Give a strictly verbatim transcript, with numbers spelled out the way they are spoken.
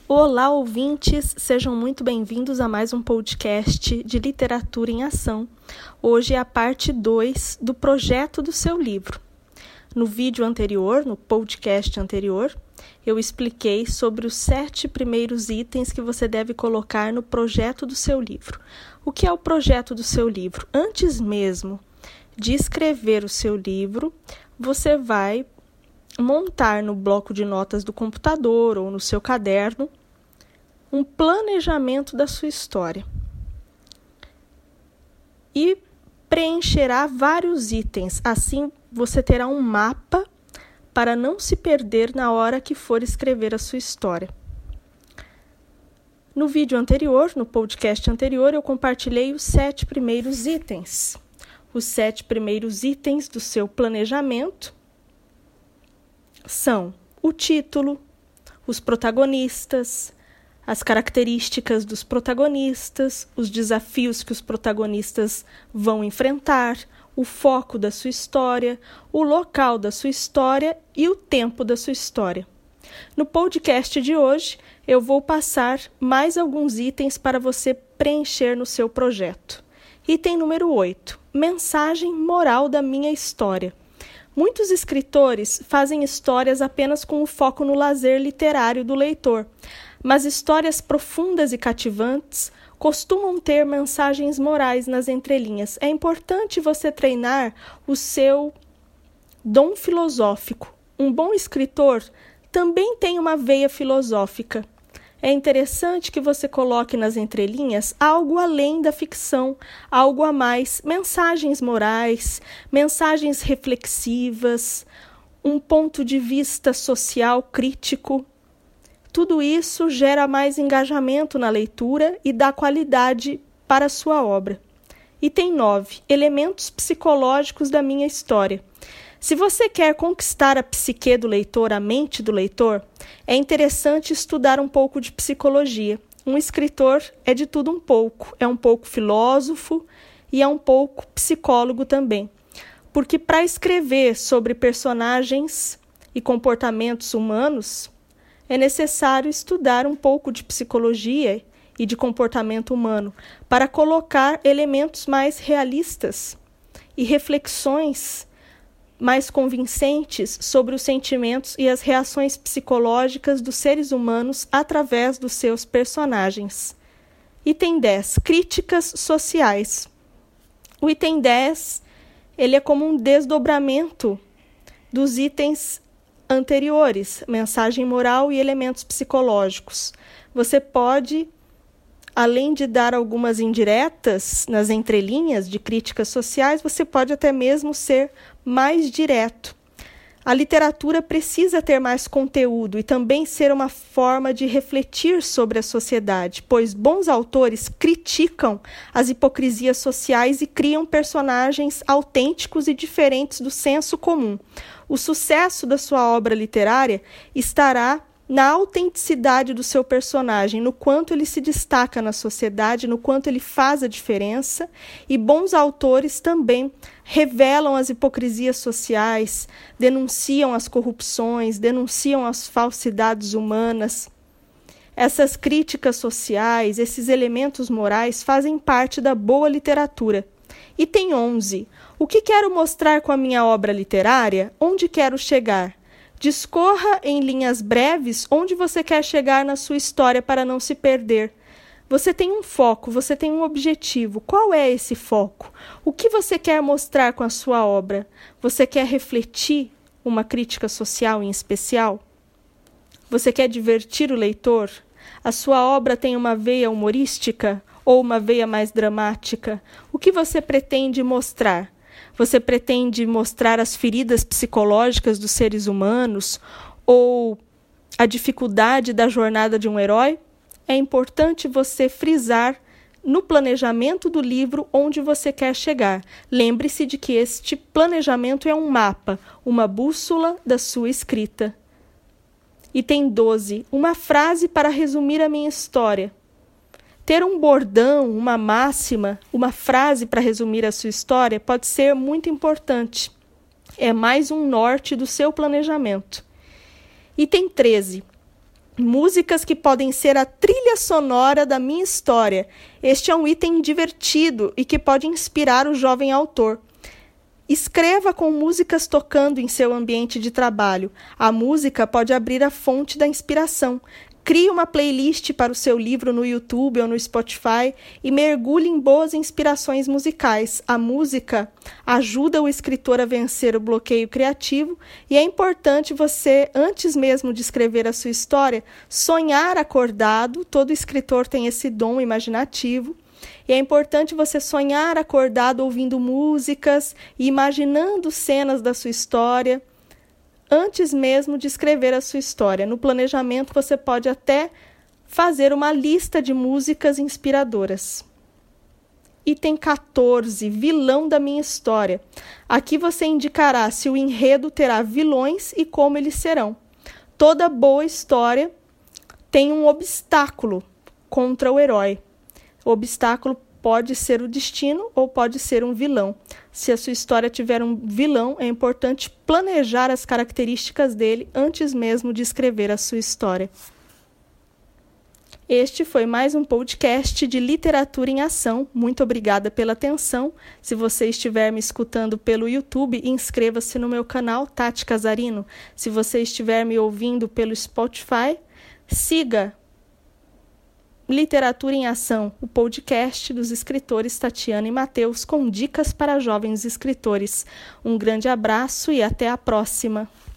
Olá, ouvintes! Sejam muito bem-vindos a mais um podcast de Literatura em Ação. Hoje é a parte dois do projeto do seu livro. No vídeo anterior, no podcast anterior, eu expliquei sobre os sete primeiros itens que você deve colocar no projeto do seu livro. O que é o projeto do seu livro? Antes mesmo de escrever o seu livro, você vai montar no bloco de notas do computador ou no seu caderno um planejamento da sua história e preencherá vários itens. Assim, você terá um mapa para não se perder na hora que for escrever a sua história. No vídeo anterior, no podcast anterior, eu compartilhei os sete primeiros itens. Os sete primeiros itens do seu planejamento são o título, os protagonistas, as características dos protagonistas, os desafios que os protagonistas vão enfrentar, o foco da sua história, o local da sua história e o tempo da sua história. No podcast de hoje, eu vou passar mais alguns itens para você preencher no seu projeto. Item número oito, mensagem moral da minha história. Muitos escritores fazem histórias apenas com o foco no lazer literário do leitor, mas histórias profundas e cativantes costumam ter mensagens morais nas entrelinhas. É importante você treinar o seu dom filosófico. Um bom escritor também tem uma veia filosófica. É interessante que você coloque nas entrelinhas algo além da ficção, algo a mais, mensagens morais, mensagens reflexivas, um ponto de vista social crítico. Tudo isso gera mais engajamento na leitura e dá qualidade para a sua obra. Item nove, elementos psicológicos da minha história. Se você quer conquistar a psique do leitor, a mente do leitor, é interessante estudar um pouco de psicologia. Um escritor é de tudo um pouco, é um pouco filósofo e é um pouco psicólogo também. Porque para escrever sobre personagens e comportamentos humanos, é necessário estudar um pouco de psicologia e de comportamento humano para colocar elementos mais realistas e reflexões mais convincentes sobre os sentimentos e as reações psicológicas dos seres humanos através dos seus personagens. Item dez. Críticas sociais. O item dez, ele é como um desdobramento dos itens anteriores, mensagem moral e elementos psicológicos. Você pode, além de dar algumas indiretas nas entrelinhas de críticas sociais, você pode até mesmo ser mais direto. A literatura precisa ter mais conteúdo e também ser uma forma de refletir sobre a sociedade, pois bons autores criticam as hipocrisias sociais e criam personagens autênticos e diferentes do senso comum. O sucesso da sua obra literária estará na autenticidade do seu personagem, no quanto ele se destaca na sociedade, no quanto ele faz a diferença, e bons autores também revelam as hipocrisias sociais, denunciam as corrupções, denunciam as falsidades humanas. Essas críticas sociais, esses elementos morais fazem parte da boa literatura. Item onze. O que quero mostrar com a minha obra literária? Onde quero chegar? Discorra em linhas breves onde você quer chegar na sua história para não se perder. Você tem um foco, você tem um objetivo. Qual é esse foco? O que você quer mostrar com a sua obra? Você quer refletir uma crítica social em especial? Você quer divertir o leitor? A sua obra tem uma veia humorística ou uma veia mais dramática? O que você pretende mostrar? Você pretende mostrar as feridas psicológicas dos seres humanos ou a dificuldade da jornada de um herói? É importante você frisar no planejamento do livro onde você quer chegar. Lembre-se de que este planejamento é um mapa, uma bússola da sua escrita. Item doze. Uma frase para resumir a minha história. Ter um bordão, uma máxima, uma frase para resumir a sua história pode ser muito importante. É mais um norte do seu planejamento. Item treze. Músicas que podem ser a trilha sonora da minha história. Este é um item divertido e que pode inspirar o jovem autor. Escreva com músicas tocando em seu ambiente de trabalho. A música pode abrir a fonte da inspiração. Crie uma playlist para o seu livro no YouTube ou no Spotify e mergulhe em boas inspirações musicais. A música ajuda o escritor a vencer o bloqueio criativo e é importante você, antes mesmo de escrever a sua história, sonhar acordado. Todo escritor tem esse dom imaginativo. E é importante você sonhar acordado ouvindo músicas e imaginando cenas da sua história antes mesmo de escrever a sua história. No planejamento, você pode até fazer uma lista de músicas inspiradoras. Item quatorze, vilão da minha história. Aqui você indicará se o enredo terá vilões e como eles serão. Toda boa história tem um obstáculo contra o herói. O obstáculo pode ser o destino ou pode ser um vilão. Se a sua história tiver um vilão, é importante planejar as características dele antes mesmo de escrever a sua história. Este foi mais um podcast de Literatura em Ação. Muito obrigada pela atenção. Se você estiver me escutando pelo YouTube, inscreva-se no meu canal, Tati Casarino. Se você estiver me ouvindo pelo Spotify, siga Literatura em Ação, o podcast dos escritores Tatiana e Matheus com dicas para jovens escritores. Um grande abraço e até a próxima!